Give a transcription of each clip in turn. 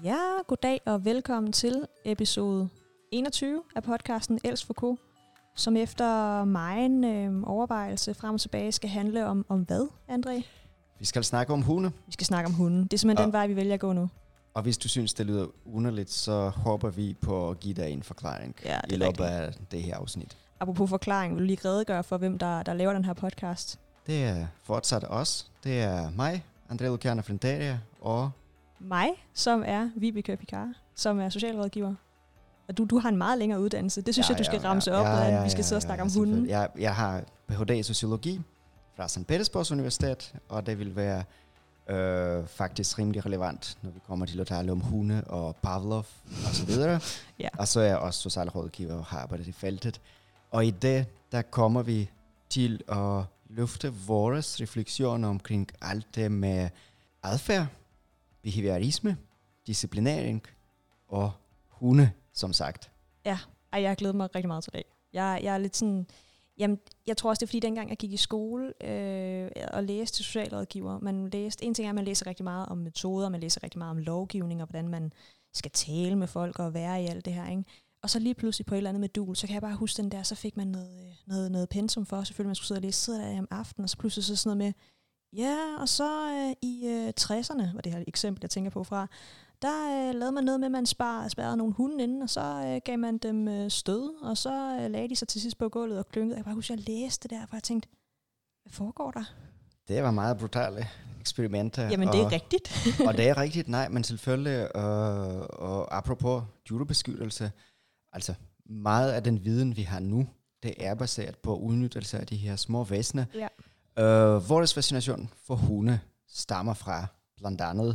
Ja, goddag og velkommen til episode 21 af podcasten Els for Co, som efter megen overvejelse frem og tilbage skal handle om hvad, André? Vi skal snakke om hunde. Vi skal snakke om hunden. Det er simpelthen den vej, vi vælger at gå nu. Og hvis du synes, det lyder underligt, så håber vi på at give dig en forklaring i løbet af det her afsnit. Apropos forklaring, vil du lige redegøre for, hvem der laver den her podcast? Det er fortsat os. Det er mig, André Luciana Flintaria, og mig, som er Vibeke Picard, som er socialrådgiver. Og du har en meget længere uddannelse. Det synes jeg, du skal ramse op, at vi skal sidde og snakke om hunden. Jeg har Ph.D. i sociologi fra St. Petersborgs Universitet, og det vil være faktisk rimelig relevant, når vi kommer til at tale om hunde og Pavlov og så videre. Ja. Og så er jeg også socialrådgiver og har arbejdet i feltet. Og i det, der kommer vi til at løfte vores refleksioner omkring alt det med adfærd, behaviorisme, disciplinering og hunde, som sagt. Ja, jeg har glædet mig rigtig meget til dag. Jeg er lidt sådan... Jamen, jeg tror også, det er fordi, dengang jeg gik i skole og læste til socialrådgiver, en ting er, at man læser rigtig meget om metoder, man læser rigtig meget om lovgivning, og hvordan man skal tale med folk og være i alt det her, ikke? Og så lige pludselig på et eller andet modul, så kan jeg bare huske den der, så fik man noget pensum for, selvfølgelig man skulle sidde og læse, sidder der om aftenen, og så pludselig så sådan noget med, ja, og så i 60'erne, var det her eksempel, jeg tænker på fra, der lavede man noget med, at man spærrede nogle hunde inden, og så gav man dem stød, og så lagde de sig til sidst på gulvet og klyngede. Jeg bare husker, jeg læste det der, for jeg tænkte, hvad foregår der? Det var meget brutale eksperimenter. Jamen, det er rigtigt. Og det er rigtigt, nej, men selvfølgelig, og apropos dyrebeskyttelse, altså meget af den viden, vi har nu, det er baseret på udnyttelse af de her små væsener. Ja. Vores fascination for hunde stammer fra blandt andet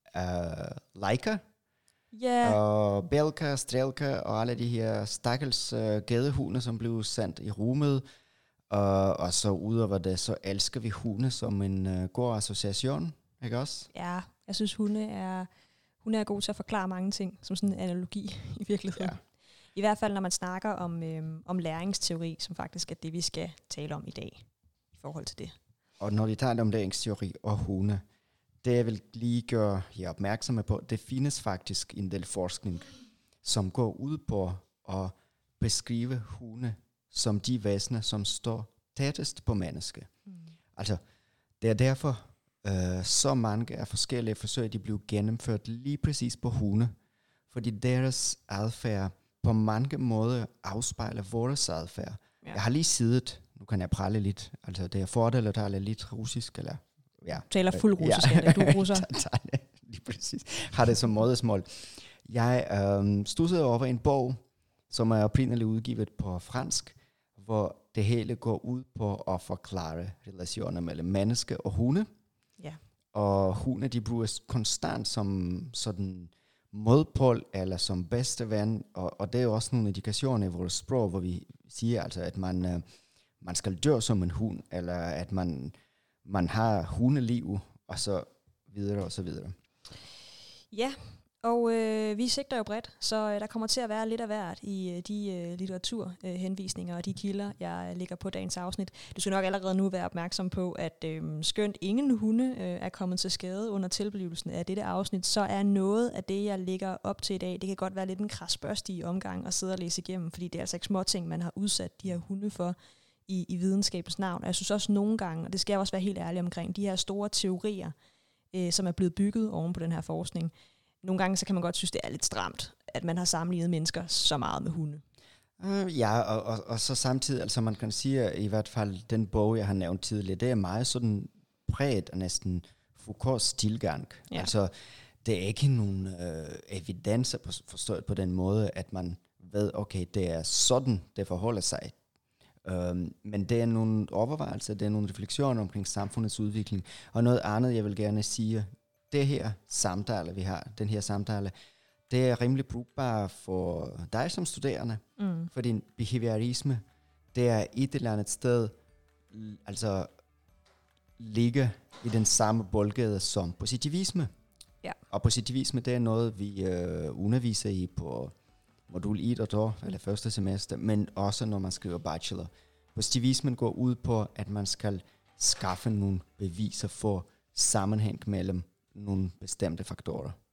Laika, og Belka, Strelka og alle de her stakkels gadehunde, som blev sendt i rummet. Og så udover det, så elsker vi hunde som en god association, ikke også? Ja, jeg synes, hunde er god til at forklare mange ting, som sådan en analogi i virkeligheden. Ja. I hvert fald, når man snakker om læringsteori, som faktisk er det, vi skal tale om i dag, i forhold til det. Og når vi taler om læringsteori og hunde, det jeg vil lige gøre jer opmærksomme på, det findes faktisk en del forskning, som går ud på at beskrive hunde som de væsener, som står tættest på mennesket. Altså, det er derfor så mange af forskellige forsøg, de blev gennemført lige præcis på hunde, fordi deres adfærd på mange måder afspejler vores adfærd. Ja. Jeg har lige siddet, nu kan jeg prale lidt, altså det er fordel at tale lidt russisk, eller ja. Du taler fuld russisk, ja. Du er russer. Lige præcis. Har det som modersmål. Jeg studsede over en bog, som er oprindeligt udgivet på fransk, hvor det hele går ud på at forklare relationer mellem menneske og hunde. Ja. Og hunde, de bruges konstant som sådan modpol eller som bedste ven, og det er jo også nogle indikationer i vores sprog, hvor vi siger altså, at man skal dø som en hund, eller at man har hundeliv, og så videre og så videre. Ja, og vi sigter jo bredt, så der kommer til at være lidt af hvert i de litteraturhenvisninger og de kilder, jeg lægger på dagens afsnit. Du skal nok allerede nu være opmærksom på, at skønt ingen hunde er kommet til skade under tilblivelsen af dette afsnit, så er noget af det, jeg lægger op til i dag, det kan godt være lidt en krasbørstig omgang at sidde og læse igennem, fordi det er altså ikke små ting, man har udsat de her hunde for i videnskabens navn. Og jeg synes også nogle gange, og det skal jeg også være helt ærlig omkring, de her store teorier, som er blevet bygget oven på den her forskning, nogle gange så kan man godt synes, det er lidt stramt, at man har sammenlignet mennesker så meget med hunde. Ja, og så samtidig, altså man kan sige, at i hvert fald den bog, jeg har nævnt tidligere, det er meget sådan præget af næsten Foucaults tilgang. Ja. Altså, det er ikke nogen evidenser forstået på den måde, at man ved, okay, det er sådan, det forholder sig. Men det er nogle overvejelser, det er nogle refleksioner omkring samfundets udvikling. Og noget andet, jeg vil gerne sige, det her samtale, vi har, den her samtale, det er rimelig brugbar for dig som studerende, fordi behaviorisme, det er et eller andet sted, altså ligger i den samme boldgade som positivisme. Ja. Og positivisme, det er noget, vi underviser i på modul 1 og 2, eller første semester, men også når man skriver bachelor. Positivismen går ud på, at man skal skaffe nogle beviser for sammenhæng mellem nogle bestemte faktorer.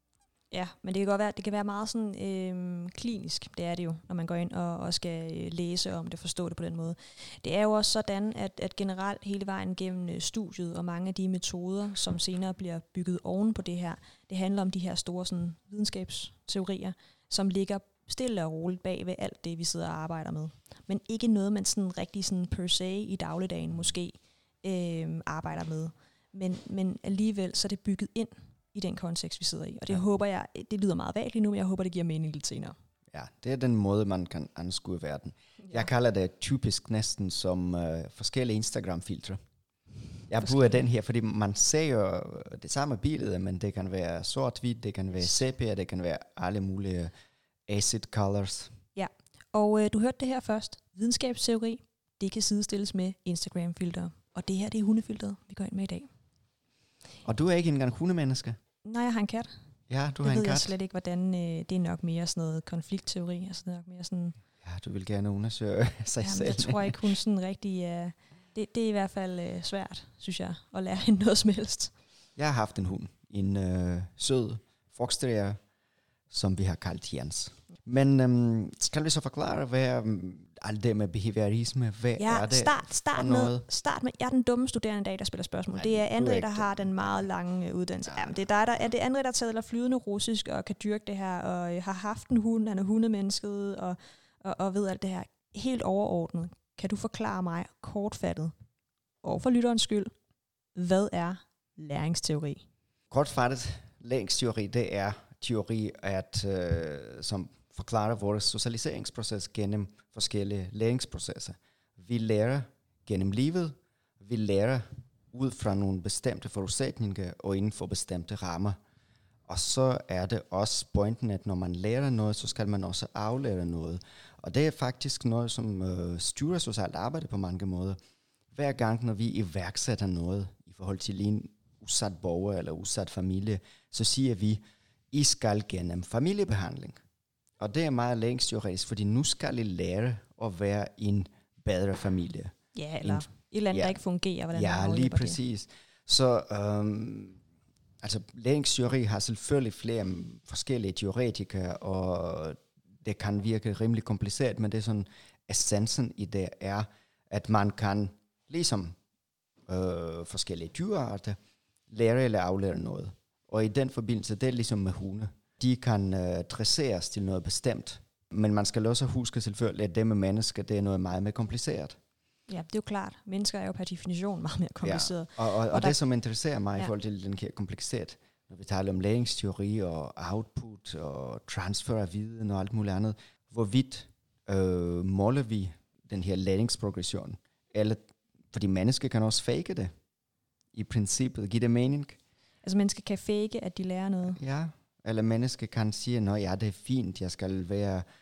Ja, men det kan godt være, det kan være meget sådan klinisk, det er det jo, når man går ind og skal læse om det, forstå det på den måde. Det er jo også sådan, at generelt hele vejen gennem studiet og mange af de metoder, som senere bliver bygget oven på det her, det handler om de her store sådan, videnskabsteorier, som ligger stille og roligt bag ved alt det, vi sidder og arbejder med. Men ikke noget, man sådan rigtig sådan per se i dagligdagen måske arbejder med. Men alligevel så er det bygget ind i den kontekst, vi sidder i. Og det håber jeg, det lyder meget vagt lige nu, men jeg håber, det giver mening lidt senere. Ja, det er den måde, man kan anskue verden. Ja. Jeg kalder det typisk næsten som forskellige Instagram-filtre. Jeg bruger den her, fordi man ser jo det samme billede, men det kan være sort-hvidt, det kan være sepia, det kan være alle mulige acid colors. Ja, og du hørte det her først. Videnskabsteori, det kan sidestilles med Instagram-filtre. Og det her, det er hundefiltret, vi går ind med i dag. Og du er ikke engang hundemenneske? Nej, jeg har en kat. Ja, du har en kat. Det ved jeg slet ikke, hvordan det er nok mere sådan noget konfliktteori. Altså det er nok mere sådan... Ja, du vil gerne undersøge sig selv. Jeg tror ikke, hun sådan rigtig... Det er i hvert fald svært, synes jeg, at lære hende noget som helst. Jeg har haft en hund. En sød foxterrier, som vi har kaldt Jens. Men skal vi så forklare, hvad alt det med behaviorisme, hvad er det start med, jeg er den dumme studerende i dag, der spiller spørgsmål. Nej, det er André, der har den meget lange uddannelse. Ja, men det er dig, er det André, der taler flydende russisk og kan dyrke det her, og har haft en hund, han er hundemennesket, og ved alt det her. Helt overordnet, kan du forklare mig kortfattet, og for lytterens skyld, hvad er læringsteori? Kortfattet, læringsteori, det er teori, som forklarer vores socialiseringsproces gennem forskellige læringsprocesser. Vi lærer gennem livet, vi lærer ud fra nogle bestemte forudsætninger og inden for bestemte rammer. Og så er det også pointen, at når man lærer noget, så skal man også aflære noget. Og det er faktisk noget, som styrer socialt arbejde på mange måder. Hver gang, når vi iværksætter noget i forhold til en udsat borger eller udsat familie, så siger vi, I skal gennem familiebehandling. Og det er meget læringsteoretisk, fordi nu skal I lære at være en bedre familie. Ja, eller et eller andet, der ikke fungerer. Hvordan ja, lige præcis. Det. Så altså, læringsteori har selvfølgelig flere forskellige teoretikere, og det kan virke rimelig kompliceret, men det er sådan, essensen i det er, at man kan, ligesom forskellige dyrearter, lære eller aflære noget. Og i den forbindelse, det er ligesom med hunde. De kan dresseres til noget bestemt. Men man skal også huske selvfølgelig, at det med mennesker, det er noget meget mere kompliceret. Ja, det er jo klart. Mennesker er jo per definition meget mere kompliceret. Ja, og det, som interesserer mig i forhold til den her kompleksitet, når vi taler om læringsteori og output og transfer af viden og alt muligt andet, hvorvidt måler vi den her læringsprogression? Eller, fordi mennesker kan også fake det. I princippet, giver det mening? Altså mennesker kan fake, at de lærer noget? Ja, eller mennesker kan sige, nå ja, det er fint, jeg skal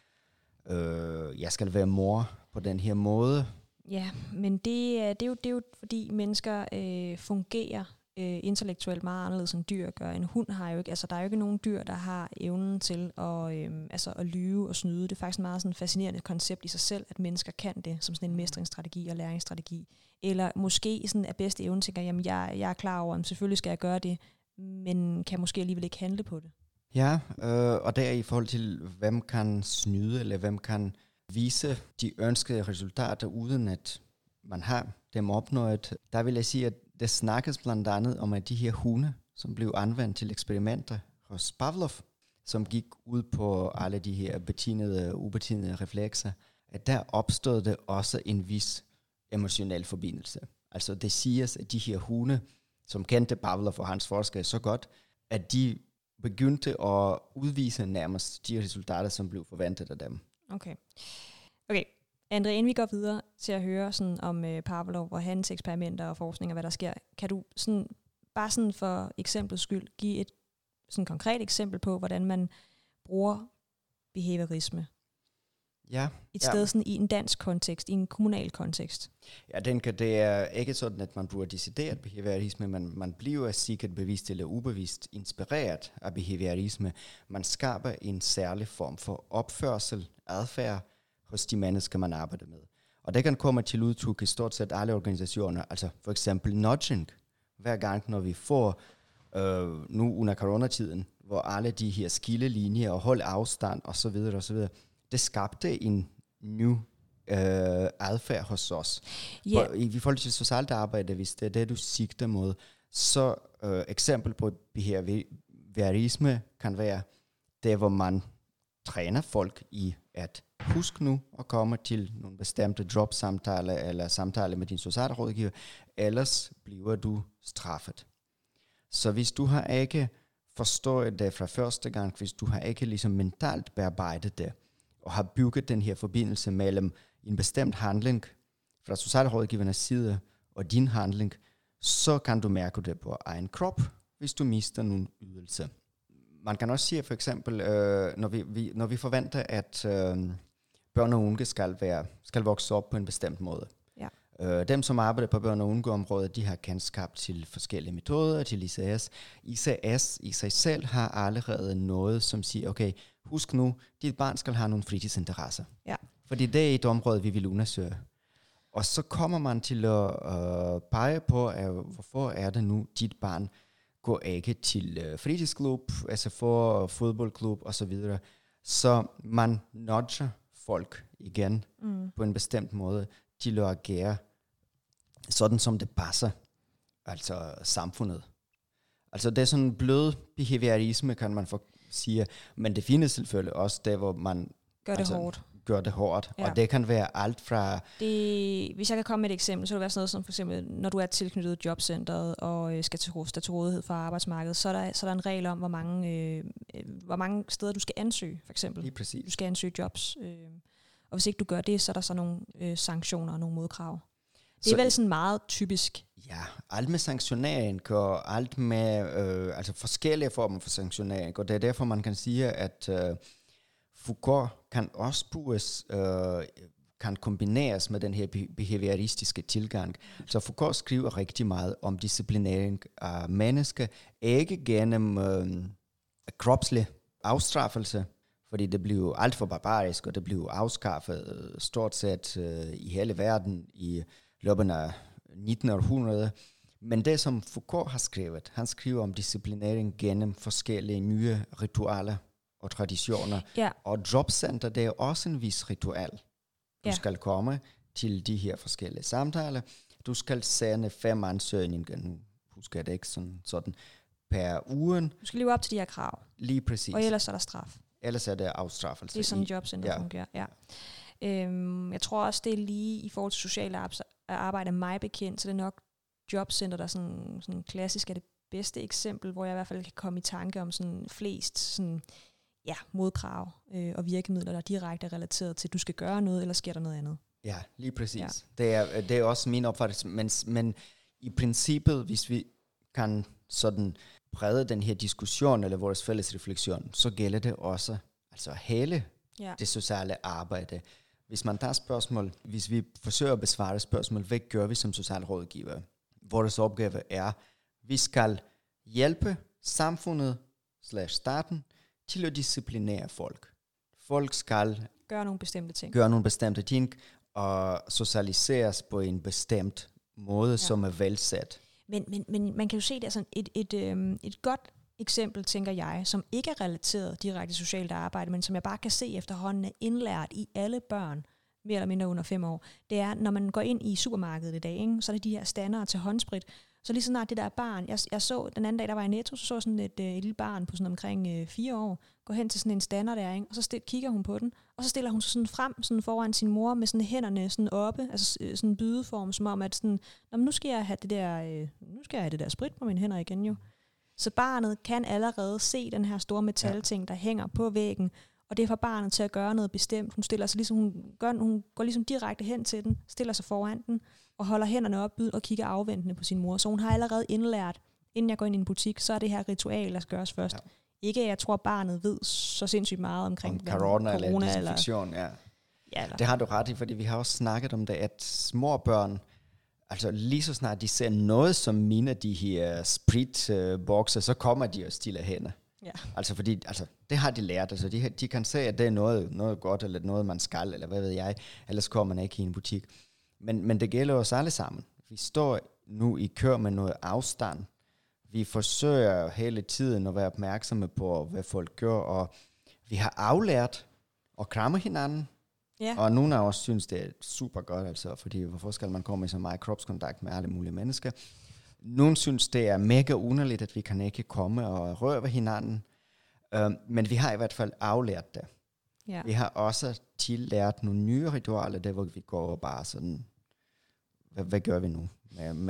være mor på den her måde. Ja, men det er jo fordi mennesker fungerer intellektuelt meget anderledes end dyr gør. En hund har jo ikke, altså der er jo ikke nogen dyr, der har evnen til at lyve og snyde. Det er faktisk meget sådan et fascinerende koncept i sig selv, at mennesker kan det som sådan en mestringsstrategi og læringsstrategi. Eller måske sådan af bedste evne tænker, jamen jeg er klar over, at selvfølgelig skal jeg gøre det, men kan måske alligevel ikke handle på det. Ja, og der i forhold til, hvem kan snyde, eller hvem kan vise de ønskede resultater, uden at man har dem opnået. Der vil jeg sige, at det snakkes blandt andet om, at de her hunde, som blev anvendt til eksperimenter hos Pavlov, som gik ud på alle de her betingede og ubetingede reflekser, at der opstod det også en vis emotionel forbindelse. Altså det siges, at de her hunde, som kendte Pavlov og hans forskere så godt, at de begyndte at udvise nærmest de resultater, som blev forventet af dem. Okay, André, inden vi går videre til at høre sådan om Pavlov og hans eksperimenter og forskning og hvad der sker, kan du sådan, bare sådan for eksemplets skyld give et sådan konkret eksempel på, hvordan man bruger behaviorisme? Ja. Et sted sådan i en dansk kontekst, i en kommunal kontekst. Jeg tænker, det er ikke sådan, at man bruger decideret behaviorisme, men man bliver sikkert bevidst eller ubevidst inspireret af behaviorisme. Man skaber en særlig form for opførsel, adfærd hos de mennesker, man arbejder med. Og det kan komme til udtryk i stort set alle organisationer, altså for eksempel nudging. Hver gang, når vi får, nu under coronatiden, hvor alle de her skillelinjer og hold afstand og så videre, det skabte en ny adfærd hos os. Yeah. I forhold til socialt arbejde, hvis det er det, du sigter mod, så eksempel på behaviorisme kan være det, hvor man træner folk i at husk nu at komme til nogle bestemte jobsamtaler eller samtaler med din socialrådgiver, ellers bliver du straffet. Så hvis du har ikke forstået det fra første gang, hvis du har ikke ligesom mentalt bearbejdet det, og har bygget den her forbindelse mellem en bestemt handling fra socialrådgivernes side og din handling, så kan du mærke det på egen krop, hvis du mister nogle ydelser. Man kan også sige for eksempel, når vi forventer, at børn og unge skal vokse op på en bestemt måde. Ja. Dem, som arbejder på børn- og ungeområdet, de har kendskab til forskellige metoder, til ICS. ICS i sig selv har allerede noget, som siger, okay, husk nu, dit barn skal have nogle fritidsinteresser. Ja. Fordi det er et område, vi vil undersøge. Og så kommer man til at pege på, hvorfor er det nu, dit barn går ikke til fritidsklub, SFO, fodboldklub osv. Så man nudger folk igen på en bestemt måde til at agere sådan, som det passer, altså samfundet. Altså det er sådan en blød behaviorisme, kan man sige, men det findes selvfølgelig også det, hvor man gør det hårdt. Ja. Og det kan være alt fra... Hvis jeg kan komme med et eksempel, så vil det være sådan noget som for eksempel, når du er tilknyttet jobcentret og skal til rådighed for arbejdsmarkedet, så er der en regel om, hvor mange steder du skal ansøge, for eksempel. Lige præcis. Du skal ansøge jobs. Og hvis ikke du gør det, så er der så nogle sanktioner og nogle modkrav. Det er vel sådan meget typisk. Ja, alt med sanktionering og alt med altså forskellige former for sanktionering. Og det er derfor, man kan sige, at Foucault kan også bruges, kan kombineres med den her behavioristiske tilgang. Så Foucault skriver rigtig meget om disciplinering af mennesker, ikke gennem kropslig afstraffelse, fordi det blev alt for barbarisk, og det blev afskaffet stort set i hele verden i løbet af 1900. Men det, som Foucault har skrevet, han skriver om disciplinering gennem forskellige nye ritualer og traditioner. Ja. Og jobcenter, det er også en vis ritual. Du skal komme til de her forskellige samtaler. Du skal sende 5 ansøgninger, nu husker jeg det ikke sådan per ugen. Du skal leve op til de her krav. Lige præcis. Og ellers er der straf. Ellers er det afstraffelse. Det er sådan jobcenter fungerer, ja. Jeg tror også, det er lige i forhold til sociale arbejde mig bekendt, så det er nok jobcenter, der sådan klassisk er det bedste eksempel, hvor jeg i hvert fald kan komme i tanke om sådan flest sådan, modkrav og virkemidler, der er direkte relateret til, at du skal gøre noget, eller sker der noget andet. Ja, lige præcis. Ja. Det er også min opfattelse, men i princippet, hvis vi kan sådan brede den her diskussion, eller vores fælles refleksion, så gælder det også altså hele det sociale arbejde. Hvis man tager spørgsmål, hvis vi forsøger at besvare spørgsmål, hvad gør vi som socialrådgiver? Vores opgave er, vi skal hjælpe samfundet /staten til at disciplinere folk. Folk skal gøre nogle bestemte ting og socialiseres på en bestemt måde, som er velsat. Men man kan jo se det altså et godt eksempel, tænker jeg, som ikke er relateret direkte til socialt arbejde, men som jeg bare kan se efterhånden er indlært i alle børn, mere eller mindre under 5 år, det er, når man går ind i supermarkedet i dag, ikke? Så er det de her standere til håndsprit. Så lige så snart det der barn, jeg så den anden dag, der var i Netto, så sådan et lille barn på sådan omkring 4 år, gå hen til sådan en stander der, ikke? Og så kigger hun på den, og så stiller hun sig sådan frem sådan foran sin mor med sådan hænderne sådan oppe, altså sådan en bydeform, som om at sådan, nu skal jeg have det der sprit på mine hænder igen jo. Så barnet kan allerede se den her store metalting, der hænger på væggen, og det får barnet til at gøre noget bestemt. Hun stiller sig ligesom, hun går ligesom direkte hen til den, stiller sig foran den, og holder hænderne op og kigger afventende på sin mor. Så hun har allerede indlært, inden jeg går ind i en butik, så er det her ritual, der skal gøres først. Ja. Ikke at jeg tror, barnet ved så sindssygt meget omkring corona eller desinfektion. Ja, det har du ret i, fordi vi har også snakket om det, at små børn, altså lige så snart de ser noget som mine de her spritbokser, så kommer de og stiller hænder. Ja. Altså fordi, det har de lært, altså de kan se, at det er noget godt, eller noget man skal, eller hvad ved jeg, ellers kommer man ikke i en butik. Men det gælder os alle sammen. Vi står nu i kø med noget afstand Vi forsøger hele tiden at være opmærksomme på, hvad folk gør, og vi har aflært at kramme hinanden. Ja. Og nogle af os synes, det er super godt, altså, fordi hvorfor skal man komme i så meget kropskontakt med alle mulige mennesker? Nogle synes, det er mega underligt, at vi kan ikke komme og røre ved hinanden. Men vi har i hvert fald aflært det. Ja. Vi har også tillært nogle nye ritualer, der hvor vi går bare sådan, hvad gør vi nu?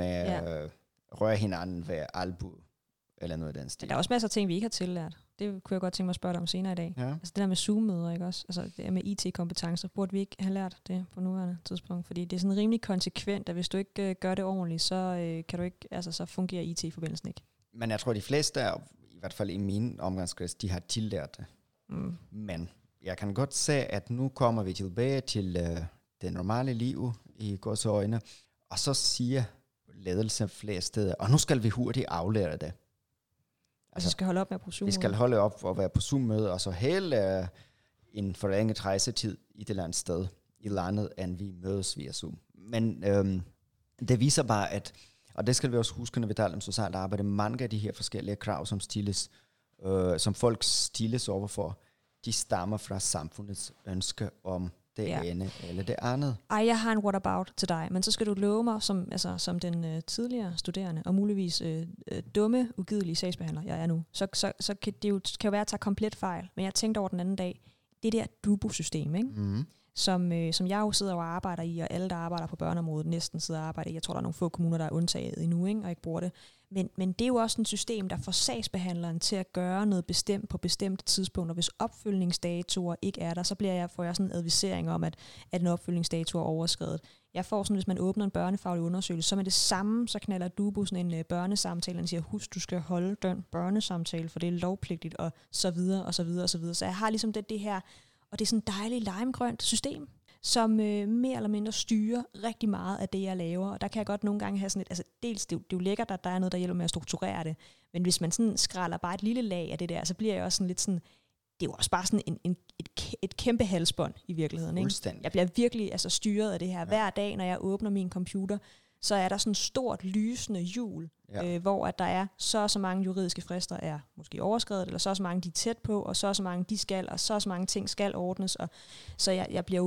Med røre hinanden ved albu, eller noget af den stil. Der er også masser af ting, vi ikke har tillært. Det kunne jeg godt tænke mig at spørge dig om senere i dag. Ja. Altså det der med Zoom-møder, ikke også? Altså det der med IT-kompetencer, burde vi ikke have lært det på nuværende tidspunkt? Fordi det er sådan rimelig konsekvent, at hvis du ikke gør det ordentligt, så kan du ikke, altså så fungerer IT-forbindelsen ikke. Men jeg tror, de fleste, i hvert fald i min omgangskreds, de har tillært det. Men jeg kan godt se, at nu kommer vi tilbage til det normale liv i Guds øjne, og så siger ledelsen flere steder, og nu skal vi hurtigt aflære det. Altså, skal holde op med at bruge Zoom. Vi skal holde op og være på Zoom-møde, og så hele en forlænget rejsetid i det land sted i landet, end vi mødes via Zoom. Men det viser bare, at, og det skal vi også huske, når vi taler om socialt arbejde, mange af de her forskellige krav, som stilles, som folk stilles overfor, de stammer fra samfundets ønske om det ene eller det andet. Ej, jeg har en what about til dig, men så skal du love mig, som den tidligere studerende, og muligvis dumme, ugidelige sagsbehandler, jeg er nu, så kan det jo være at tage komplet fejl. Men jeg tænkte over den anden dag, det der DUBO-system, ikke? Mm. Som jeg jo sidder og arbejder i, og alle, der arbejder på børneområdet, næsten sidder og arbejder i. Jeg tror, der er nogle få kommuner, der er undtaget endnu, ikke? Og ikke bruger det. Men det er jo også et system, der får sagsbehandleren til at gøre noget bestemt på bestemte tidspunkter. Hvis opfølgningsdatoer ikke er der, så får jeg sådan en advisering om, at en opfølgningsdato er overskredet. Jeg får sådan, hvis man åbner en børnefaglig undersøgelse, så med det samme, så knalder DUBO sådan en børnesamtale, og siger, husk, du skal holde den børnesamtale, for det er lovpligtigt, og så videre, og så videre, og så videre. Så jeg har ligesom det her, og det er sådan et dejligt limegrønt system, som mere eller mindre styrer rigtig meget af det, jeg laver. Og der kan jeg godt nogle gange have sådan et, altså dels, det er jo lækkert, at der er noget, der hjælper med at strukturere det, men hvis man sådan skræller bare et lille lag af det der, så bliver jeg også sådan lidt sådan, det er jo også bare sådan et kæmpe halsbånd i virkeligheden. Ikke? Jeg bliver virkelig styret af det her. Hver dag, når jeg åbner min computer, så er der sådan et stort lysende hjul, hvor at der er så mange juridiske frister er måske overskredet, eller så mange de er tæt på, og så mange de skal, og så mange ting skal ordnes. Og så jeg bliver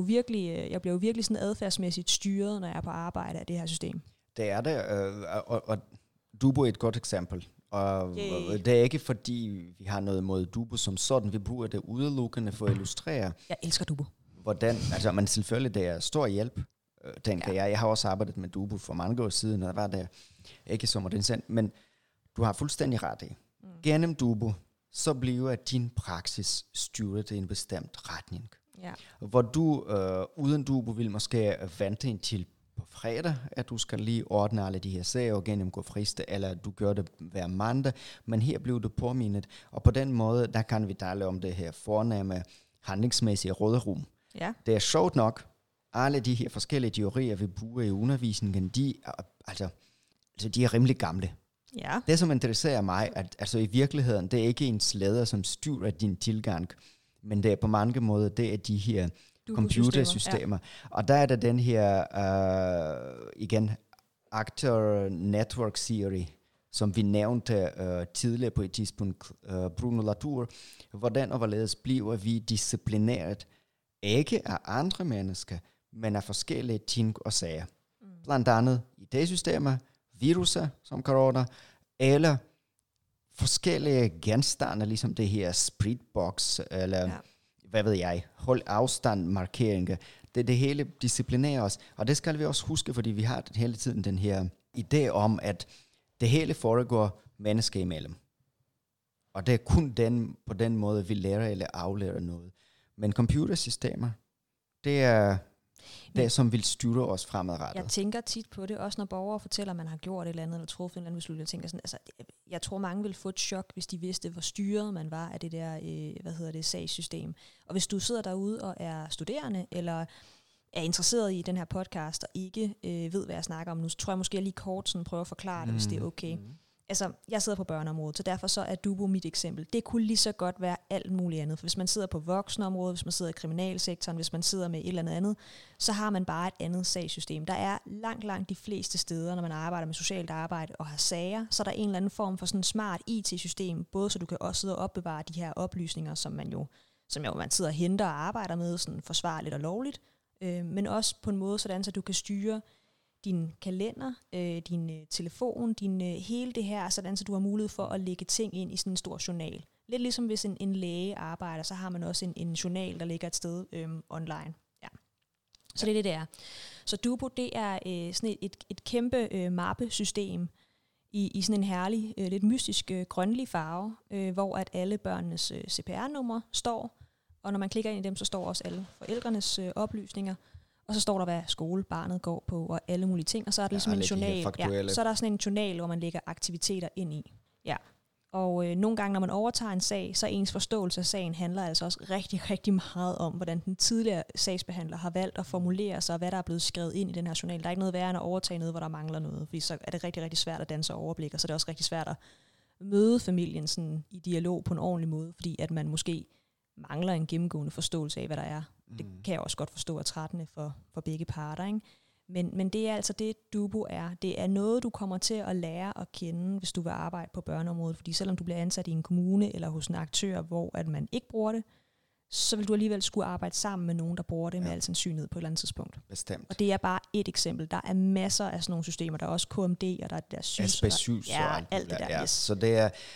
jo virkelig sådan adfærdsmæssigt styret, når jeg er på arbejde af det her system. Det er det, og DUBO er et godt eksempel. Og det er ikke fordi, vi har noget imod DUBO som sådan. Vi bruger det udelukkende for at illustrere. Jeg elsker DUBO. Hvordan, altså man selvfølgelig, det er stor hjælp, tænker jeg. Jeg har også arbejdet med DUBO for mange år siden, og der var det ikke så modernt. Men du har fuldstændig ret i. Gennem DUBO, så bliver din praksis styret i en bestemt retning. Ja. Hvor du uden DUBO vil måske vente indtil på fredag, at du skal lige ordne alle de her sager og gennemgå frister, eller du gør det hver mandag, men her bliver du påmindet, og på den måde, der kan vi tale om det her fornemme handlingsmæssige råderum. Ja. Det er sjovt nok, alle de her forskellige teorier, vi bruger i undervisningen, de er rimelig gamle. Ja. Det, som interesserer mig, at altså i virkeligheden, det er ikke ens leder, som styrer din tilgang, men det er på mange måder, det er de her computersystemer. Ja. Og der er der den her, igen, Actor Network Theory, som vi nævnte tidligere på et tidspunkt, Bruno Latour, hvordan overledes bliver vi disciplineret, ikke af andre mennesker, men af forskellige ting og sager. Blandt andet IT-systemer, viruser som corona, eller forskellige genstande, ligesom det her spritbox, eller hvad ved jeg, hold afstand markeringer. Det hele disciplinerer os, og det skal vi også huske, fordi vi har hele tiden den her idé om, at det hele foregår mennesker imellem. Og det er kun på den måde, vi lærer eller aflærer noget. Men computersystemer, det er det, som vil styre os fremadrettet. Jeg tænker tit på det, også når borgere fortæller, at man har gjort et eller andet, eller truffet en eller anden beslutning. Jeg tænker sådan, altså, jeg tror, mange vil få et chok, hvis de vidste, hvor styret man var af det der, sagssystem. Og hvis du sidder derude og er studerende, eller er interesseret i den her podcast, og ikke ved, hvad jeg snakker om nu, så tror jeg måske, jeg lige kort sådan prøver at forklare det, hvis det er okay. altså, jeg sidder på børneområdet, så derfor så er Dubu mit eksempel. Det kunne lige så godt være alt muligt andet. For hvis man sidder på voksenområdet, hvis man sidder i kriminalsektoren, hvis man sidder med et eller andet, så har man bare et andet sagssystem. Der er langt de fleste steder, når man arbejder med socialt arbejde og har sager, så er der en eller anden form for sådan en smart IT-system, både så du kan også sidde og opbevare de her oplysninger, som man sidder og henter og arbejder med, sådan forsvarligt og lovligt, men også på en måde sådan, så du kan styre din kalender, din telefon, hele det her, sådan så du har mulighed for at lægge ting ind i sådan en stor journal. Lidt ligesom hvis en læge arbejder, så har man også en journal, der ligger et sted online. Ja. Så det er det er. Så Dubu, det er sådan et kæmpe mappesystem i sådan en herlig, lidt mystisk grønlig farve, hvor at alle børnenes CPR-numre står, og når man klikker ind i dem, så står også alle forældrenes oplysninger. Og så står der, hvad skole barnet går på, og alle mulige ting. Og så er der ligesom en journal. Ja, så er der sådan en journal, hvor man lægger aktiviteter ind i. Ja. Og nogle gange, når man overtager en sag, så ens forståelse af sagen handler altså også rigtig meget om, hvordan den tidligere sagsbehandler har valgt at formulere sig, og hvad der er blevet skrevet ind i den her journal. Der er ikke noget værre end at overtage noget, hvor der mangler noget, fordi så er det rigtig svært at danse overblik, og så er det også rigtig svært at møde familien sådan i dialog på en ordentlig måde, fordi at man måske mangler en gennemgående forståelse af, hvad der er. Det kan jeg også godt forstå er trættende for begge parter, ikke? Men det er altså det, Dubu er. Det er noget, du kommer til at lære at kende, hvis du vil arbejde på børneområdet. Fordi selvom du bliver ansat i en kommune eller hos en aktør, hvor at man ikke bruger det, så vil du alligevel skulle arbejde sammen med nogen, der bruger det med al sandsynlighed på et eller andet tidspunkt. Bestemt. Og det er bare et eksempel. Der er masser af sådan nogle systemer. Der er også KMD, og der er der SYS. SB7 og alt det der. Ja. Yes. Så det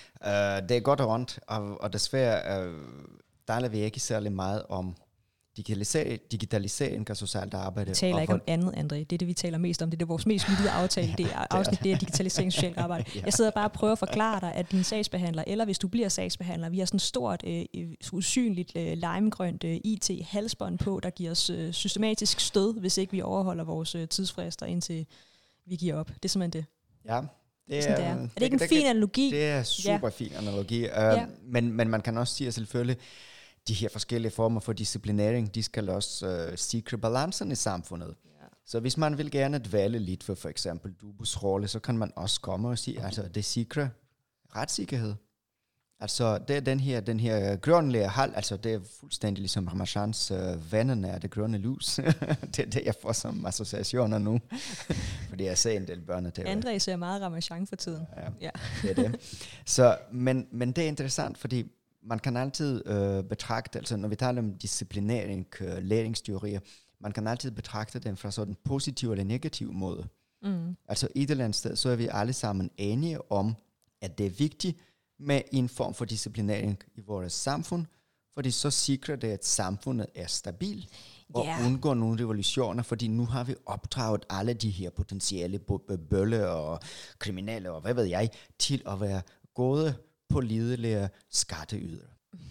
er godt og ondt, og desværre taler vi ikke særlig meget om digitalisering af socialt arbejde. Vi taler ikke om andet, André. Det er det, vi taler mest om. Det er vores mest lyttede aftale. Det er afsnit, det er digitalisering af socialt arbejde. Jeg sidder bare og prøver at forklare dig, at din sagsbehandler, eller hvis du bliver sagsbehandler, vi har sådan et stort, usynligt, limegrønt IT-halsbånd på, der giver os systematisk stød, hvis ikke vi overholder vores tidsfrister, indtil vi giver op. Det er simpelthen det. Ja. Det er. Er det ikke en fin analogi? Det er super fin analogi. Men man kan også sige, at selvfølgelig, de her forskellige former for disciplinering, de skal også sikre balancen i samfundet. Ja. Så hvis man vil gerne dvæle lidt for eksempel Dubus rolle, så kan man også komme og sige, altså det sikrer retssikkerhed. Altså det er den her grønlige hal, altså det er fuldstændig ligesom Ramachans vennerne af det grønne lys. Det er det, jeg får som associationer nu. Fordi jeg ser en del børn. André ser meget Ramachan for tiden. Ja. Det er det. Så, men det er interessant, fordi man kan altid betragte, altså når vi taler om disciplinering, læringsteorier, man kan altid betragte dem fra sådan en positiv eller negativ måde. Altså i et eller andet sted, så er vi alle sammen enige om, at det er vigtigt med en form for disciplinering i vores samfund, fordi så sikrer det, at samfundet er stabilt og undgår nogle revolutioner, fordi nu har vi opdraget alle de her potentielle bølle og kriminelle og hvad ved jeg, til at være gode pålidelige skatteydere.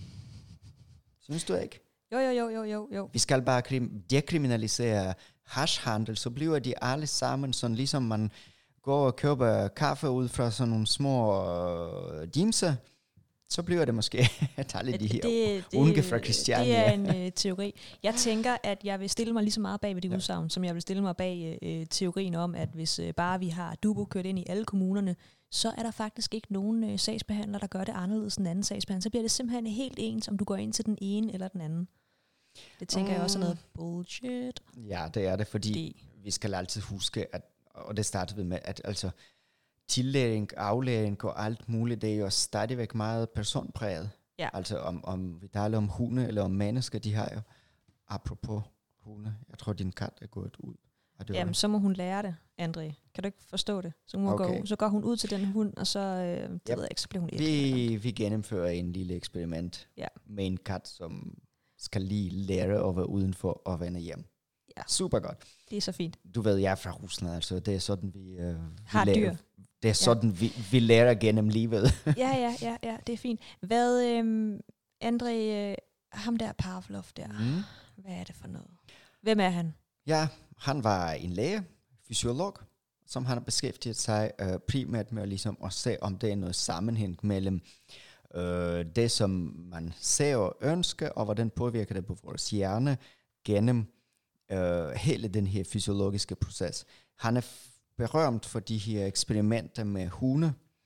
Synes du ikke? Jo. Vi skal bare dekriminalisere hashhandel, så bliver de alle sammen sådan, ligesom man går og køber kaffe ud fra sådan nogle små dimser, så bliver det måske alle de her unge fra Christiania. Det er en teori. Jeg tænker, at jeg vil stille mig lige så meget bag ved det udsagn, som jeg vil stille mig bag teorien om, at hvis bare vi har Dubu kørt ind i alle kommunerne, så er der faktisk ikke nogen sagsbehandler, der gør det anderledes end anden sagsbehandler. Så bliver det simpelthen helt ens, om du går ind til den ene eller den anden. Det tænker jeg også er noget bullshit. Ja, det er det, fordi vi skal altid huske, at, og det startede vi med, at altså tillæring, aflæring og alt muligt, det er jo stadigvæk meget personpræget. Ja. Altså om vi taler om hunde eller om mennesker, de har jo, apropos hunde, jeg tror din kat er gået ud. Jamen, så må hun lære det, André. Kan du ikke forstå det? Så går hun ud til den hund, og så, ved jeg ikke, så bliver hun vi gennemfører en lille eksperiment med en kat, som skal lige lære at være udenfor og vende hjem. Ja. Super godt. Det er så fint. Du ved, jeg er fra Rusland, altså det er sådan, vi har lærer. Dyr. Det er sådan, vi lærer gennem livet. ja, det er fint. Hvad, André, ham der Pavlov der, hvad er det for noget? Hvem er han? Ja, han var en læge, fysiolog, som han har beskæftiget sig primært med ligesom at se, om det er noget sammenhæng mellem det, som man ser og ønsker, og hvordan påvirker det på vores hjerne gennem hele den her fysiologiske proces. Han er berømt for de her eksperimenter med hunde,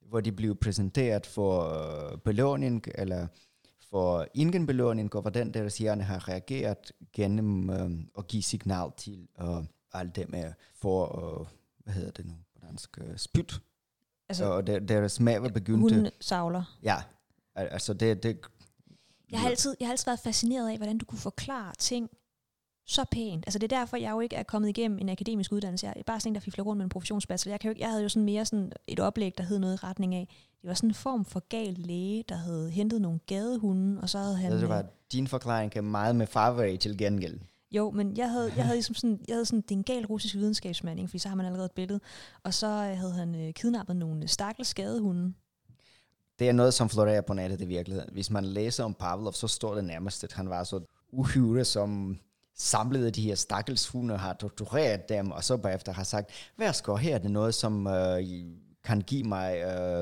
hvor de blev præsenteret for belåning, eller for ingen belåning, og hvordan deres hjerne har reageret gennem at give signal til alt det med for, hvad hedder det nu på dansk, spyt. Altså, og deres mave begyndte... Hundesavler. Ja, altså det... Jeg har altid været fascineret af, hvordan du kunne forklare ting så pænt. Altså det er derfor, jeg jo ikke er kommet igennem en akademisk uddannelse. Jeg er bare sådan en, der fifler rundt med en professionsbachelor. Jeg havde jo sådan mere sådan et oplæg, der hed noget i retning af, det var sådan en form for gal læge, der havde hentet nogle gadehunde, og så havde han... Det var din forklaring kan meget med farvej til gengæld. Jo, men jeg havde ligesom sådan, det er en gal russisk videnskabsmand, ikke? Fordi så har man allerede et billede. Og så havde han kidnappet nogle stakkels gadehunde. Det er noget, som florerer på nettet i virkeligheden. Hvis man læser om Pavlov, så står det nærmest, at han var så uhyre, som samlede de her stakkels hunde og har tortureret dem, og så bagefter har sagt, værsgo, her er det noget, som kan give mig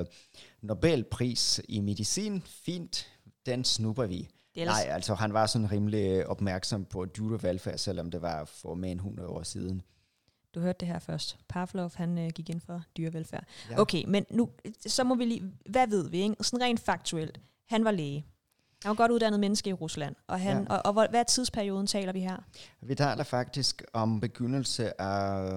Nobelpris i medicin. Fint, den snupper vi. Nej, altså han var sådan rimelig opmærksom på dyrevelfærd, selvom det var for mere end 100 år siden. Du hørte det her først. Pavlov, han gik ind for dyrevelfærd. Ja. Okay, men nu, så må vi lige, hvad ved vi, ikke? Sådan rent faktuelt. Han var læge. Han var godt uddannet menneske i Rusland. Og, og hvad tidsperioden taler vi her? Vi taler faktisk om begyndelse af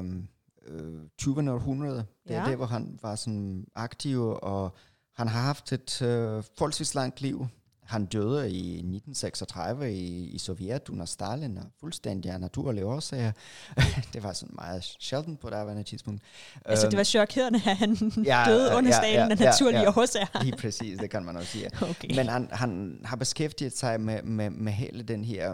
20. århundrede. Det er det, hvor han var sådan aktiv, og han har haft et forholdsvis langt liv. Han døde i 1936 i Sovjet under Stalin, og fuldstændig af naturlige årsager. Det var sådan meget sjældent på daværende tidspunkt. Altså det var chokerende, at han døde under Stalin af naturlige årsager. Lige præcis, det kan man også sige. Okay. Men han har beskæftiget sig med hele den her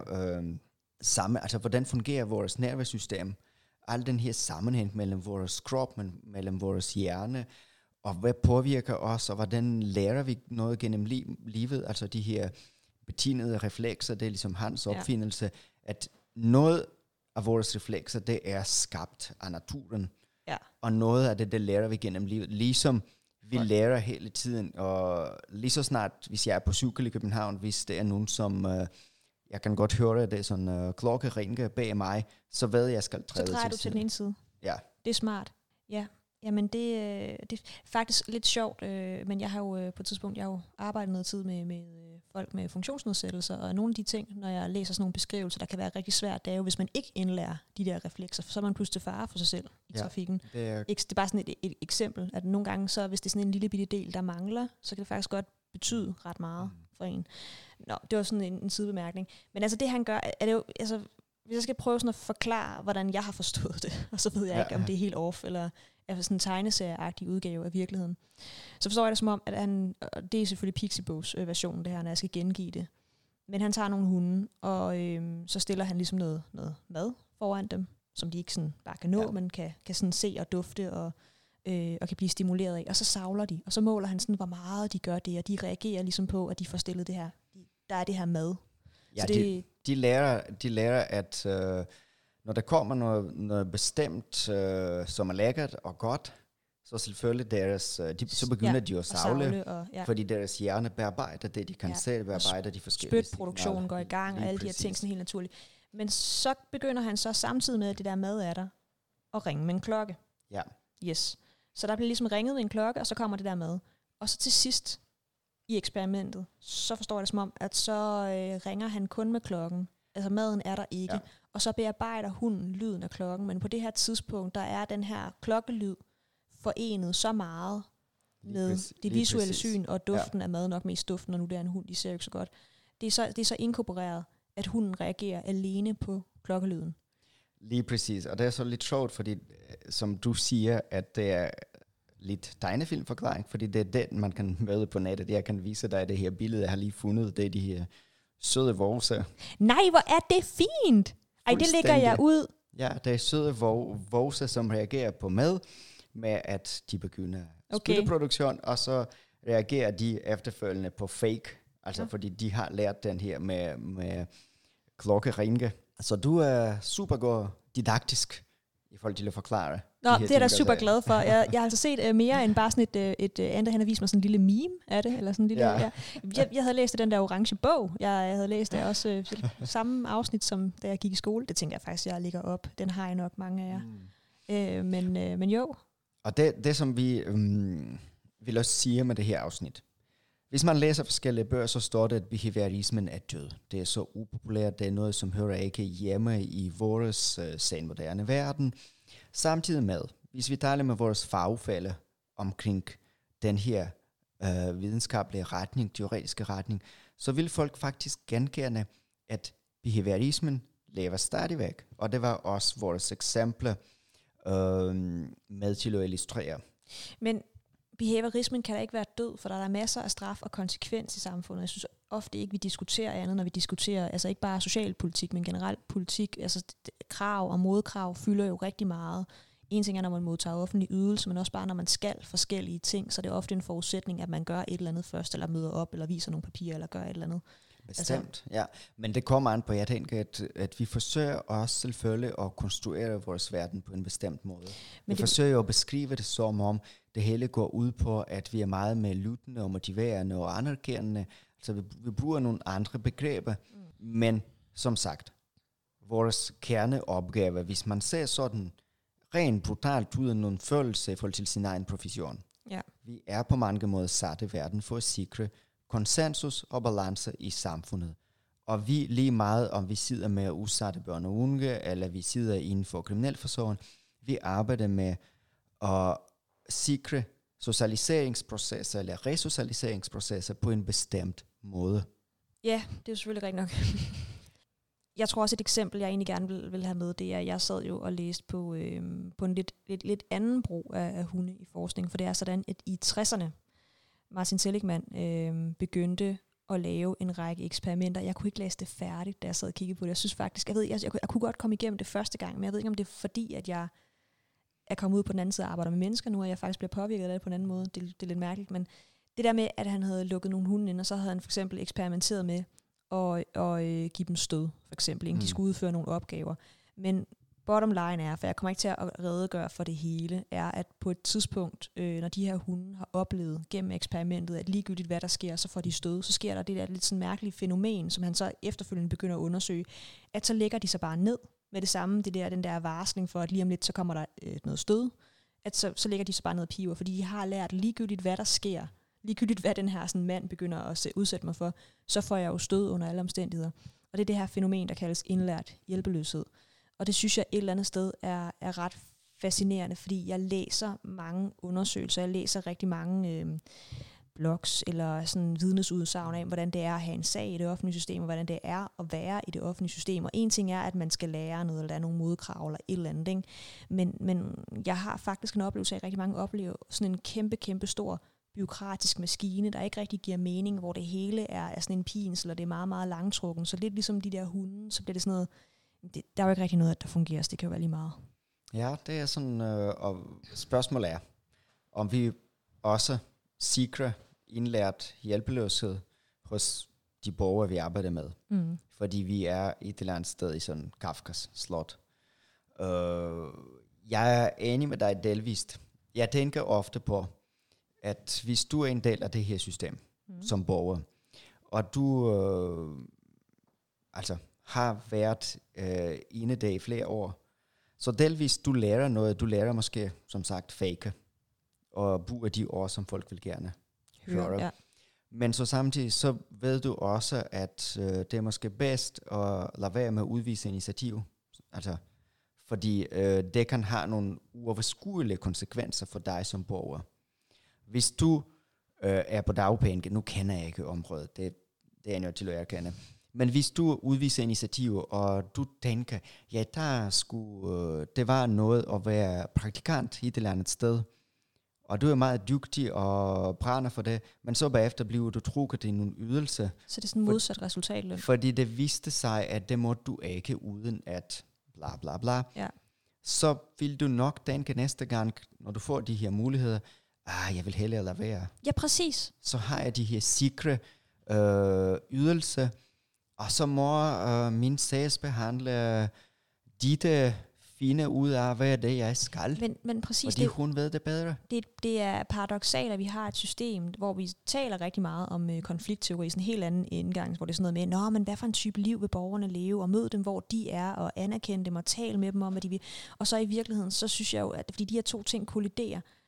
altså hvordan fungerer vores nervesystem, al den her sammenhæng mellem vores krop, mellem vores hjerne, og hvad påvirker os, og hvordan lærer vi noget gennem livet, altså de her betingede reflekser, det er ligesom hans opfindelse, at noget af vores reflekser, det er skabt af naturen, og noget af det lærer vi gennem livet, ligesom vi lærer hele tiden, og lige så snart, hvis jeg er på cykel i København, hvis det er nogen, som jeg kan godt høre, det er sådan klokkeringe bag mig, så ved jeg skal træde til. Så drejer du til den ene side. Ja. Det er smart. Ja. Jamen det er faktisk lidt sjovt, men jeg har jo på et tidspunkt arbejdet noget tid med folk med funktionsnedsættelser, og nogle af de ting, når jeg læser sådan nogle beskrivelser, der kan være rigtig svært, det er jo, hvis man ikke indlærer de der reflekser, for så er man pludselig til fare for sig selv i trafikken. Det er bare sådan et eksempel, at nogle gange, så hvis det er sådan en lille bitte del, der mangler, så kan det faktisk godt betyde ret meget for en. Nå, det var sådan en sidebemærkning. Men altså det han gør, er det jo, altså hvis jeg skal prøve sådan at forklare, hvordan jeg har forstået det, og så ved jeg ikke, om det er helt off, eller er sådan en tegneserieagtig udgave af virkeligheden. Så forstår jeg det som om, at han, og det er selvfølgelig Pixiebogs version, det her, når jeg skal gengive det, men han tager nogle hunde, og så stiller han ligesom noget mad foran dem, som de ikke sådan bare kan nå, men kan sådan se og dufte, og kan blive stimuleret af, og så savler de, og så måler han sådan, hvor meget de gør det, og de reagerer ligesom på, at de får stillet det her, der er det her mad. Ja, så de lærer, at når der kommer noget bestemt, som er lækkert og godt, så selvfølgelig så begynder de at savle, fordi deres hjerne bearbejder det, de kan se, bearbejder de forskellige spytproduktionen går i gang, og alle de her ting sådan helt naturligt. Men så begynder han så samtidig med, at det der mad er der, at ringe med en klokke. Ja. Yes. Så der bliver ligesom ringet med en klokke, og så kommer det der mad. Og så til sidst i eksperimentet, så forstår jeg det som om, at så ringer han kun med klokken. Altså maden er der ikke. Ja. Og så bearbejder hunden lyden af klokken. Men på det her tidspunkt, der er den her klokkelyd forenet så meget med det visuelle syn og duften af mad, nok mest duften, og nu det er en hund, de ser jo ikke så godt. Det er så inkorporeret, at hunden reagerer alene på klokkelyden. Lige præcis. Og det er så lidt sjovt, fordi som du siger, at det er lidt tegnefilmforklaring, fordi det er den, man kan møde på nettet. Jeg kan vise dig det her billede, jeg har lige fundet. Det er de her søde vorser. Nej, hvor er det fint! Ej, det lægger jeg ud. Ja, det er søde vorser, som reagerer på mad, med at de begynder spytteproduktion, og så reagerer de efterfølgende på fake, altså fordi de har lært den her med klokkeringe. Så du er super god didaktisk i forhold til at forklare. Nå, det er jeg da super glad for. Jeg har altså set mere end bare sådan et andet, han har vist mig sådan en lille meme af det, eller sådan en lille, Jeg havde læst den der orange bog. Jeg havde læst det også samme afsnit, som da jeg gik i skole. Det tænker jeg faktisk, jeg ligger op. Den har jeg nok mange af jer. Men jo. Og det som vi vil også sige med det her afsnit. Hvis man læser forskellige bøger, så står det, at behaviorismen er død. Det er så upopulært, det er noget, som hører ikke hjemme i vores senmoderne verden. Samtidig med, hvis vi taler med vores fagfælle omkring den her videnskabelige retning, teoretiske retning, så vil folk faktisk genkende, at behaviorismen lever stadigvæk. Og det var også vores eksempler med til at illustrere. Men behaviorismen kan da ikke være død, for der er masser af straf og konsekvens i samfundet. Jeg synes ofte ikke, vi diskuterer andet, når vi diskuterer, altså ikke bare socialpolitik, men generelt politik. Altså krav og modkrav fylder jo rigtig meget. En ting er, når man modtager offentlig ydelse, men også bare, når man skal forskellige ting, så det er ofte en forudsætning, at man gør et eller andet først, eller møder op, eller viser nogle papirer, eller gør et eller andet. Bestemt, ja. Men det kommer an på, jeg tænker, at vi forsøger også selvfølgelig at konstruere vores verden på en bestemt måde. Vi forsøger at beskrive det som om, det hele går ud på, at vi er meget mere lyttende og motiverende og anerkendende. Altså vi bruger nogle andre begreber. Men som sagt, vores kerneopgave, hvis man ser sådan rent brutalt uden nogen følelse i forhold til sin egen profession. Ja. Vi er på mange måder sat i verden for at sikre konsensus og balance i samfundet. Og vi lige meget, om vi sidder med udsatte børn og unge, eller vi sidder inden for kriminalforsorgen, vi arbejder med at sikre socialiseringsprocesser eller resocialiseringsprocesser på en bestemt måde. Ja, det er jo selvfølgelig rigtigt nok. Jeg tror også et eksempel, jeg egentlig gerne vil have med, det er, at jeg sad jo og læste på en lidt anden brug af hunde i forskning, for det er sådan, at i 60'erne, Martin Seligman begyndte at lave en række eksperimenter. Jeg kunne ikke læse det færdigt, da jeg sad og kiggede på det. Jeg synes faktisk, jeg kunne godt komme igennem det første gang, men jeg ved ikke, om det er fordi, at jeg er kommet ud på den anden side og arbejder med mennesker nu, og jeg faktisk bliver påvirket af det på en anden måde. Det er lidt mærkeligt, men det der med, at han havde lukket nogle hunde ind, og så havde han for eksempel eksperimenteret med at give dem stød, for eksempel. De skulle udføre nogle opgaver. Men bottom line er, for jeg kommer ikke til at redegøre for det hele, er, at på et tidspunkt, når de her hunde har oplevet gennem eksperimentet, at ligegyldigt hvad der sker, så får de stød, så sker der det der lidt sådan mærkelige fænomen, som han så efterfølgende begynder at undersøge, at så lægger de sig bare ned med det samme, den der varsling for, at lige om lidt, så kommer der noget stød, at så lægger de sig bare ned og piver, fordi de har lært ligegyldigt hvad der sker, ligegyldigt hvad den her sådan, mand begynder at udsætte mig for, så får jeg jo stød under alle omstændigheder. Og det er det her fænomen, der kaldes indlært hjælpeløshed. Og det synes jeg et eller andet sted er ret fascinerende, fordi jeg læser mange undersøgelser, jeg læser rigtig mange blogs eller sådan vidnesudsagn af, hvordan det er at have en sag i det offentlige system, og hvordan det er at være i det offentlige system. Og en ting er, at man skal lære noget, eller der er nogle modkrav, eller et eller andet, ikke? Men jeg har faktisk en oplevelse af, at rigtig mange oplever sådan en kæmpe stor bureaukratisk maskine, der ikke rigtig giver mening, hvor det hele er sådan en pins, eller det er meget, meget langtrukken. Så lidt ligesom de der hunde, så bliver det sådan noget, der er jo ikke rigtig noget, der fungerer, så det kan jo være lige meget. Ja, det er sådan, og spørgsmålet er, om vi også sikrer indlært hjælpeløshed hos de borgere, vi arbejder med. Fordi vi er et eller andet sted i sådan Kafkas slot. Jeg er enig med dig delvist. Jeg tænker ofte på, at hvis du er en del af det her system som borger, og du har været inde der i flere år, så delvis du lærer noget, du lærer måske, som sagt, fake, og bruger de ord, som folk vil gerne høre. Ja. Men så samtidig, så ved du også, at det er måske bedst at lade være med at udvise initiativ. Altså, fordi det kan have nogle uoverskuelige konsekvenser for dig som borger. Hvis du er på dagpenge, nu kender jeg ikke området, det er jeg nødt til at erkende. Men hvis du udviser initiativ, og du tænker, ja, det var noget at være praktikant i et eller andet sted, og du er meget dygtig og brænder for det, men så bagefter bliver du trukket i nogle ydelse. Så det er sådan modsat resultat. Fordi det viste sig, at det må du ikke uden at bla bla bla. Ja. Så vil du nok tænke næste gang, når du får de her muligheder, jeg vil hellere lade være. Ja, præcis. Så har jeg de her sikre ydelser, og så må min sagsbehandler de fine ud af, hvad er det, jeg skal. Men præcis, fordi hun ved det bedre. Det er paradoksalt, at vi har et system, hvor vi taler rigtig meget om konfliktteori, sådan en helt anden indgang, hvor det er sådan noget med, men hvad for en type liv vil borgerne leve, og møde dem, hvor de er, og anerkende dem, og tale med dem om, hvad de vil. Og så i virkeligheden, så synes jeg jo, at fordi de her to ting kolliderer,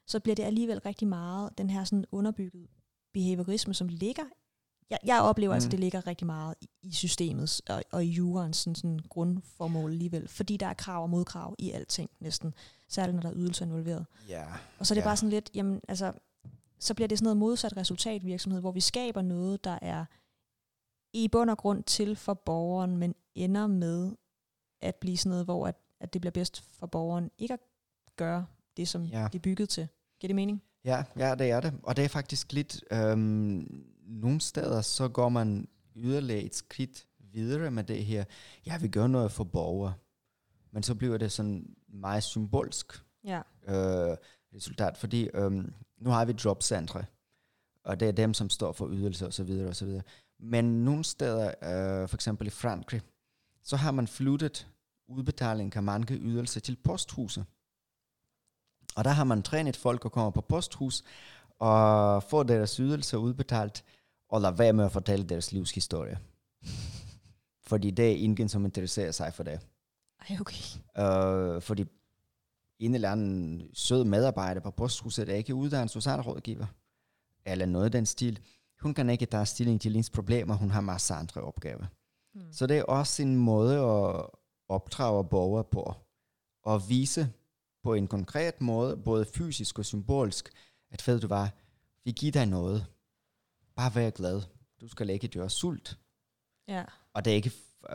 så bliver det alligevel rigtig meget den her sådan underbygget behaviorisme, som ligger. Jeg oplever altså, at det ligger rigtig meget i systemet og i jurens sådan grundformål alligevel, fordi der er krav og modkrav i alting næsten, særligt når der er ydelser involveret. Yeah. Og så er det bare sådan lidt, jamen altså, så bliver det sådan noget modsat resultatvirksomhed, hvor vi skaber noget, der er i bund og grund til for borgeren, men ender med at blive sådan noget, hvor at det bliver bedst for borgeren ikke at gøre det, som det er bygget til. Giver det mening? Ja, det er det. Og det er faktisk lidt, nogle steder, så går man yderligere et skridt videre med det her. Ja, vi gør noget for borgere. Men så bliver det sådan meget symbolsk resultat. Fordi nu har vi jobcentre, og det er dem, som står for ydelser osv. osv. Men nogle steder, for eksempel i Frankrig, så har man flyttet udbetaling af mange ydelser til posthuset. Og der har man trænet folk at komme på posthus og få deres ydelser udbetalt og lade være med at fortælle deres livshistorie. Fordi det er ingen, som interesserer sig for det. Okay. Fordi en eller anden sød medarbejder på posthuset er ikke uddannet socialrådgiver. Eller noget af den stil. Hun kan ikke tage stilling til ens problemer. Hun har masser af andre opgaver. Så det er også en måde at opdrage borgere på. Og vise på en konkret måde, både fysisk og symbolisk, at ved du hvad, vi giver dig noget. Bare vær glad. Du skal ikke døre sult. Ja. Og det er ikke,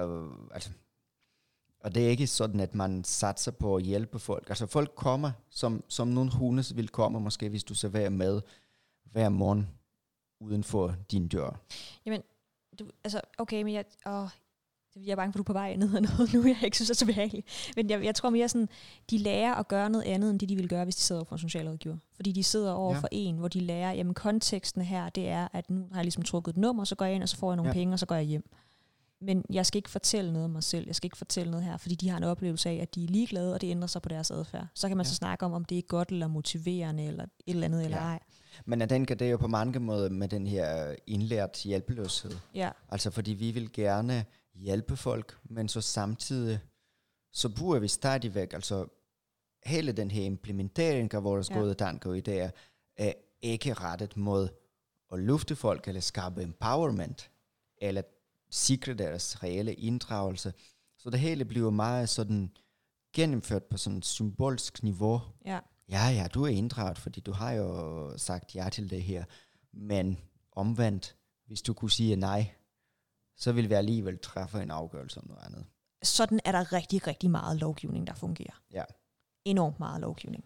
og det er ikke sådan, at man satser på at hjælpe folk. Altså folk kommer, som nogle hunde vil komme, måske hvis du så være med hver morgen uden for din dør. Jamen, okay, men jeg er bange for, du er på vej ned og noget nu, jeg ikke synes, det er så behageligt. Men jeg tror mere sådan, de lærer at gøre noget andet, end det de ville gøre, hvis de sidder over for en socialrådgiver. Fordi de sidder over for en, hvor de lærer, jamen konteksten her, det er, at nu har jeg ligesom trukket et nummer, så går jeg ind, og så får jeg nogle penge, og så går jeg hjem. Men jeg skal ikke fortælle noget om mig selv, jeg skal ikke fortælle noget her, fordi de har en oplevelse af, at de er ligeglade, og det ændrer sig på deres adfærd. Så kan man så snakke om det er godt, eller motiverende, eller et eller andet, eller ej. Men jeg tænker, det er jo på mange måder med den her indlært hjælpeløshed. Ja. Altså fordi vi vil gerne hjælpe folk, men så samtidig, så bruger vi stadigvæk, altså hele den her implementering af vores gode tanker og idéer, er ikke rettet mod at lufte folk, eller skabe empowerment, eller sikre deres reelle inddragelse. Så det hele bliver meget sådan gennemført på sådan et symbolsk niveau. Ja, du er inddraget, fordi du har jo sagt ja til det her. Men omvendt, hvis du kunne sige nej, så vil vi alligevel træffe en afgørelse om noget andet. Sådan er der rigtig, rigtig meget lovgivning, der fungerer. Ja. Enormt meget lovgivning.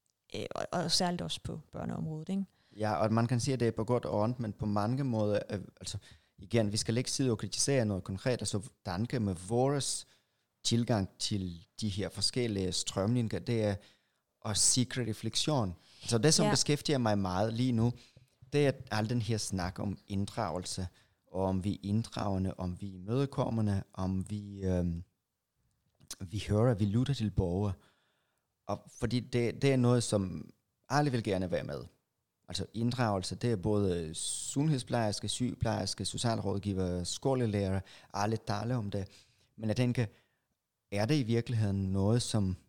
Og særligt også på børneområdet, ikke? Ja, og man kan sige, at det er på godt og ondt, men på mange måder, altså igen, vi skal ikke sidde og kritisere noget konkret, altså danke med vores tilgang til de her forskellige strømninger, det er at sikre refleksion. Så det, som beskæftiger mig meget lige nu, det er al den her snak om inddragelse, og om vi er inddragende, om vi er imødekommende, om vi hører, vi lytter til borgere. Og fordi det er noget, som alle vil gerne være med. Altså inddragelse, det er både sundhedsplejerske, sygeplejerske, socialrådgiver, skolelærer, alle taler om det. Men jeg tænker, er det i virkeligheden noget,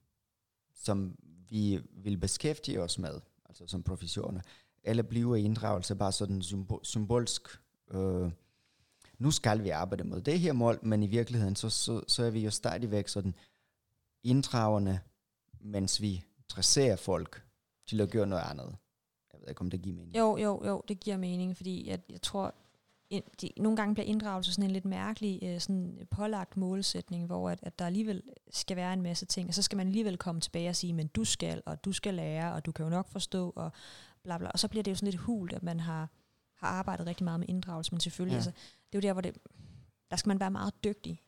som vi vil beskæftige os med, altså som professioner, eller bliver inddragelse bare sådan symbolsk, nu skal vi arbejde mod det her mål, men i virkeligheden, så er vi jo stadigvæk sådan inddragende, mens vi dresserer folk til at gøre noget andet. Jeg ved ikke, om det giver mening. Jo, det giver mening, fordi jeg tror, nogle gange bliver inddragelse sådan en lidt mærkelig sådan pålagt målsætning, hvor at der alligevel skal være en masse ting, og så skal man alligevel komme tilbage og sige, men du skal, og du skal lære, og du kan jo nok forstå, og bla bla. Og så bliver det jo sådan lidt hult, at man har arbejdet rigtig meget med inddragelse, men selvfølgelig, altså, det er jo der, hvor der skal man være meget dygtig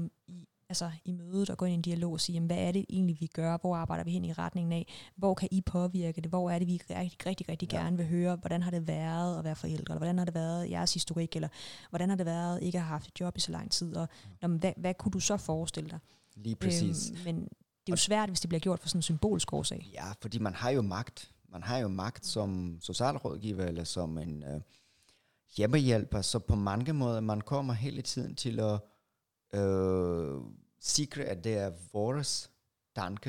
i mødet og gå ind i en dialog og sige, jamen, hvad er det egentlig, vi gør? Hvor arbejder vi hen i retningen af? Hvor kan I påvirke det? Hvor er det, vi rigtig gerne vil høre? Hvordan har det været at være forældre? Eller hvordan har det været jeres historik? Eller hvordan har det været ikke at have haft et job i så lang tid? Og hvad kunne du så forestille dig? Lige præcis. Men det er jo svært, hvis det bliver gjort for sådan en symbolsk årsag. Ja, fordi man har jo magt. Man har jo magt som socialrådgiver eller som en hjemmehjælper. Så på mange måder, man kommer hele tiden til at sikre, at det er vores tanke,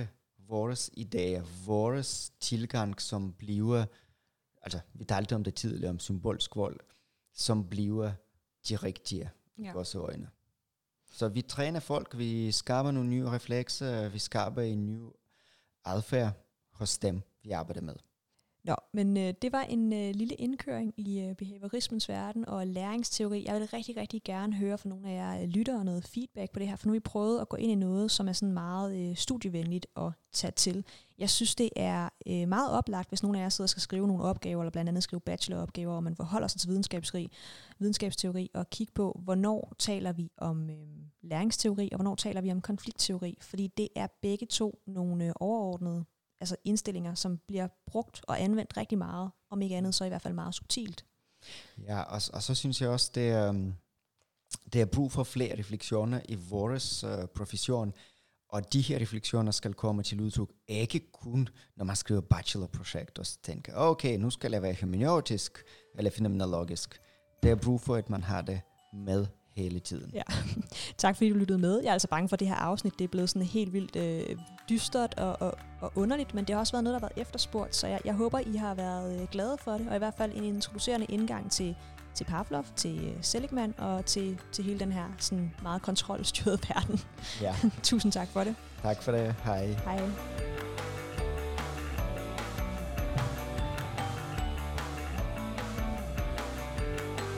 vores idéer, vores tilgang, som bliver, altså vi talte om det tidligere, om symbolsk vold, som bliver de rigtige i vores øjne. Så vi træner folk, vi skaber nogle nye reflekser, vi skaber en ny adfærd hos dem, vi arbejder med. Nå, men det var en lille indkøring i behaviorismens verden og læringsteori. Jeg vil rigtig, rigtig gerne høre fra nogle af jer lyttere noget feedback på det her, for nu har vi prøvet at gå ind i noget, som er sådan meget studievenligt at tage til. Jeg synes, det er meget oplagt, hvis nogle af jer sidder og skal skrive nogle opgaver, eller blandt andet skrive bacheloropgaver, og man forholder sig til videnskabsteori og kigge på, hvornår taler vi om læringsteori, og hvornår taler vi om konfliktteori, fordi det er begge to nogle overordnede indstillinger, som bliver brugt og anvendt rigtig meget, om ikke andet så i hvert fald meget subtilt. Ja, og så synes jeg også, det er brug for flere refleksioner i vores profession, og de her refleksioner skal komme til udtryk ikke kun, når man skriver bachelorprojekt, og tænker, okay, nu skal jeg være hermeneutisk eller fænomenologisk. Det er brug for, at man har det med hele tiden. Ja. Tak fordi du lyttede med. Jeg er altså bange for, at det her afsnit det er blevet sådan helt vildt dystert og underligt, men det har også været noget, der har været efterspurgt, så jeg håber, I har været glade for det, og i hvert fald en introducerende indgang til Pavlov, til Seligman og til hele den her sådan meget kontrolstyrede verden. Ja. Tusind tak for det. Tak for det. Hej. Hej.